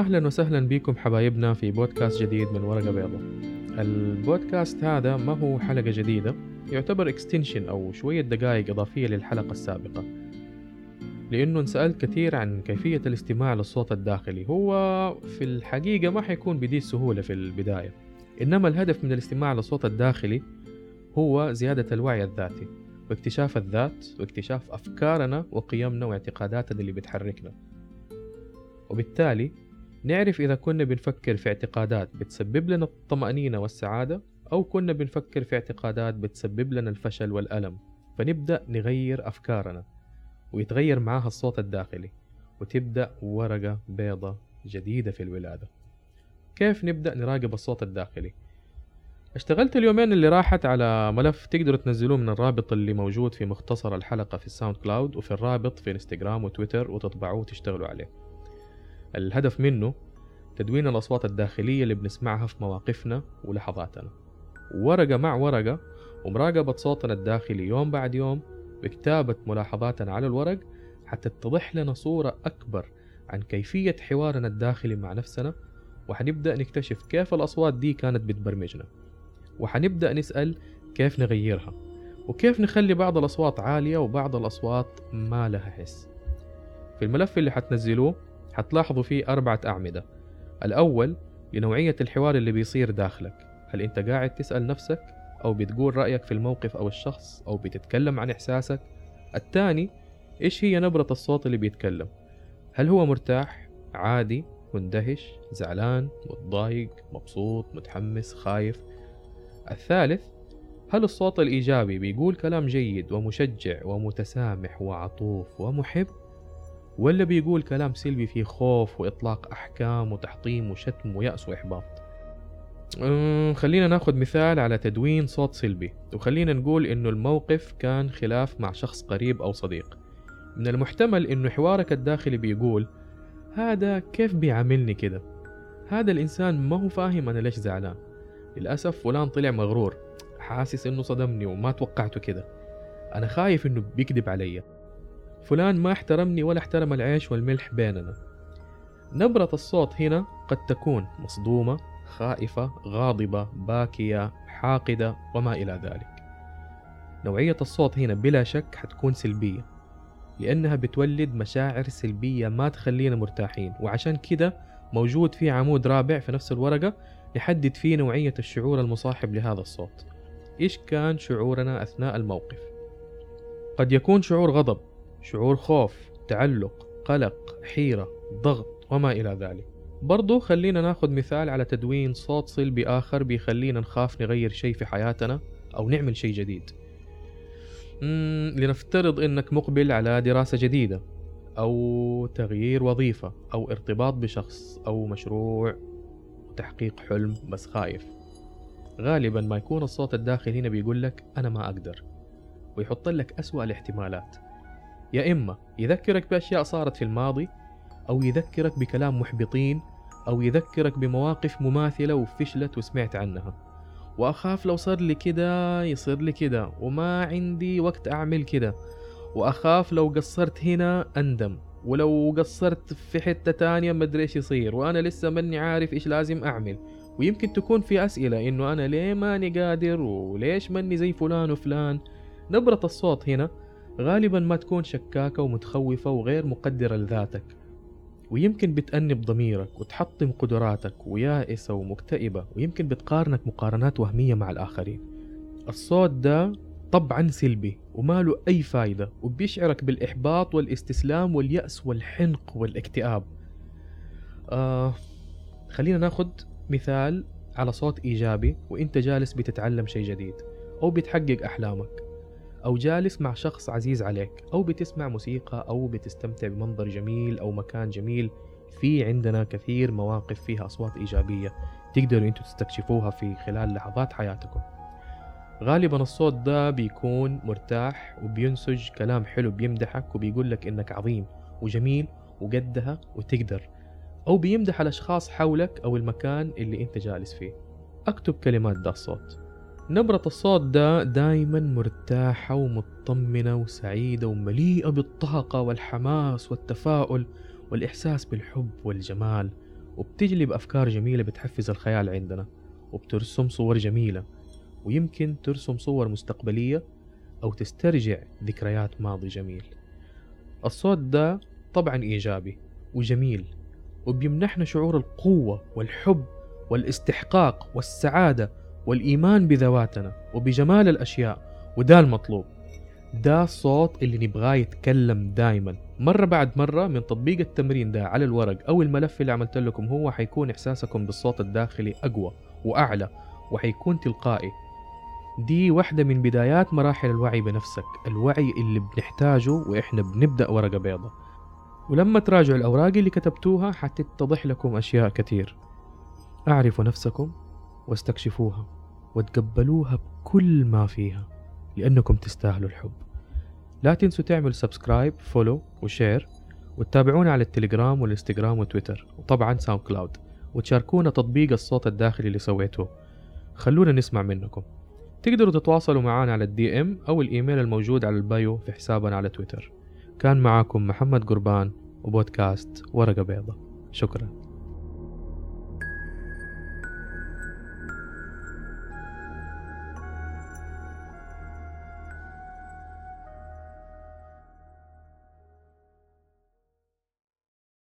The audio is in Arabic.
أهلا وسهلا بكم حبايبنا في بودكاست جديد من ورقة بيضاء. البودكاست هذا ما هو حلقة جديدة، يعتبر اكستنشن أو شوية دقائق إضافية للحلقة السابقة، لأنه انسألت كثير عن كيفية الاستماع للصوت الداخلي. هو في الحقيقة ما حيكون بدي السهولة في البداية، إنما الهدف من الاستماع للصوت الداخلي هو زيادة الوعي الذاتي واكتشاف الذات واكتشاف أفكارنا وقيمنا واعتقاداتنا اللي بتحركنا، وبالتالي نعرف إذا كنا بنفكر في اعتقادات بتسبب لنا الطمأنينة والسعادة أو كنا بنفكر في اعتقادات بتسبب لنا الفشل والألم، فنبدأ نغير أفكارنا ويتغير معاها الصوت الداخلي وتبدأ ورقة بيضة جديدة في الولادة. كيف نبدأ نراقب الصوت الداخلي؟ اشتغلت اليومين اللي راحت على ملف تقدروا تنزلوه من الرابط اللي موجود في مختصر الحلقة في الساوند كلاود وفي الرابط في انستغرام وتويتر، وتطبعوه وتشتغلوا عليه. الهدف منه تدوين الأصوات الداخلية اللي بنسمعها في مواقفنا ولحظاتنا، ورقة مع ورقة، ومراقبة صوتنا الداخلي يوم بعد يوم، بكتابة ملاحظاتنا على الورق حتى تتضح لنا صورة أكبر عن كيفية حوارنا الداخلي مع نفسنا، وحنبدأ نكتشف كيف الأصوات دي كانت بتبرمجنا، وحنبدأ نسأل كيف نغيرها وكيف نخلي بعض الأصوات عالية وبعض الأصوات ما لها حس. في الملف اللي حتنزلوه حتلاحظوا فيه 4 أعمدة. الأول لنوعية الحوار اللي بيصير داخلك، هل أنت قاعد تسأل نفسك أو بتقول رأيك في الموقف أو الشخص أو بتتكلم عن إحساسك؟ الثاني إيش هي نبرة الصوت اللي بيتكلم، هل هو مرتاح، عادي، مندهش، زعلان، متضايق، مبسوط، متحمس، خايف؟ الثالث هل الصوت الإيجابي بيقول كلام جيد ومشجع ومتسامح وعطوف ومحب، ولا بيقول كلام سلبي فيه خوف وإطلاق أحكام وتحطيم وشتم ويأس وإحباط؟ خلينا ناخد مثال على تدوين صوت سلبي، وخلينا نقول إنه الموقف كان خلاف مع شخص قريب أو صديق. من المحتمل إنه حوارك الداخلي بيقول هذا كيف بيعاملني كده، هذا الإنسان ما هو فاهم أنا ليش زعلان، للأسف فلان طلع مغرور، حاسس إنه صدمني وما توقعته كده، أنا خايف إنه بيكذب علي، فلان ما احترمني ولا احترم العيش والملح بيننا. نبرة الصوت هنا قد تكون مصدومة، خائفة، غاضبة، باكية، حاقدة وما إلى ذلك. نوعية الصوت هنا بلا شك حتكون سلبية، لأنها بتولد مشاعر سلبية ما تخلينا مرتاحين، وعشان كده موجود في عمود رابع في نفس الورقة يحدد فيه نوعية الشعور المصاحب لهذا الصوت. إيش كان شعورنا أثناء الموقف؟ قد يكون شعور غضب، شعور خوف، تعلق، قلق، حيرة، ضغط وما إلى ذلك. برضو خلينا ناخد مثال على تدوين صوت سلبي آخر بيخلينا نخاف نغير شيء في حياتنا أو نعمل شيء جديد. لنفترض إنك مقبل على دراسة جديدة أو تغيير وظيفة أو ارتباط بشخص أو مشروع، تحقيق حلم بس خايف. غالبا ما يكون الصوت الداخل هنا بيقول لك أنا ما أقدر، ويحط لك أسوأ الاحتمالات، يا إما يذكرك بأشياء صارت في الماضي، أو يذكرك بكلام محبطين، أو يذكرك بمواقف مماثلة وفشلت وسمعت عنها، وأخاف لو صار لي كده يصير لي كده، وما عندي وقت أعمل كده، وأخاف لو قصرت هنا أندم، ولو قصرت في حتة تانية مدري إيش يصير، وأنا لسه ماني عارف إيش لازم أعمل. ويمكن تكون في أسئلة إنه أنا ليه ماني قادر، وليش ماني زي فلان وفلان. نبرة الصوت هنا غالبا ما تكون شكاكة ومتخوفة وغير مقدرة لذاتك، ويمكن بتأنب ضميرك وتحطم قدراتك، ويائسة ومكتئبة، ويمكن بتقارنك مقارنات وهمية مع الآخرين. الصوت ده طبعا سلبي وما له أي فايدة، وبيشعرك بالإحباط والاستسلام واليأس والحنق والاكتئاب. خلينا ناخد مثال على صوت إيجابي، وإنت جالس بتتعلم شيء جديد أو بتحقق أحلامك، أو جالس مع شخص عزيز عليك، أو بتسمع موسيقى، أو بتستمتع بمنظر جميل أو مكان جميل. في عندنا كثير مواقف فيها أصوات إيجابية تقدروا أنتوا تستكشفوها في خلال لحظات حياتكم. غالبا الصوت ده بيكون مرتاح وبينسج كلام حلو، بيمدحك وبيقول لك إنك عظيم وجميل وقدها وتقدر، أو بيمدح الأشخاص حولك أو المكان اللي أنت جالس فيه. أكتب كلمات ده الصوت. نبرة الصوت ده دايما مرتاحة ومطمنة وسعيدة ومليئة بالطاقة والحماس والتفاؤل والإحساس بالحب والجمال وبتجلب أفكار جميلة بتحفز الخيال عندنا، وبترسم صور جميلة، ويمكن ترسم صور مستقبلية أو تسترجع ذكريات ماضي جميل. الصوت ده طبعا إيجابي وجميل، وبيمنحنا شعور القوة والحب والاستحقاق والسعادة والإيمان بذواتنا وبجمال الأشياء، وده المطلوب. ده الصوت اللي نبغاه يتكلم دايما. مرة بعد مرة من تطبيق التمرين ده على الورق أو الملف اللي عملت لكم، هو حيكون إحساسكم بالصوت الداخلي أقوى وأعلى وحيكون تلقائي. دي واحدة من بدايات مراحل الوعي بنفسك، الوعي اللي بنحتاجه وإحنا بنبدأ ورقة بيضة. ولما تراجعوا الأوراق اللي كتبتوها حتتضح لكم أشياء كتير. أعرفوا نفسكم واستكشفوها وتقبلوها بكل ما فيها، لأنكم تستاهلوا الحب. لا تنسوا تعملوا سبسكرايب، فولو وشير، وتتابعونا على التليجرام والإنستغرام وتويتر، وطبعا ساوند كلاود، وتشاركونا تطبيق الصوت الداخلي اللي سويتوه. خلونا نسمع منكم. تقدروا تتواصلوا معنا على الدي ام أو الإيميل الموجود على البايو في حسابنا على تويتر. كان معاكم محمد قربان وبودكاست ورقة بيضة. شكرا.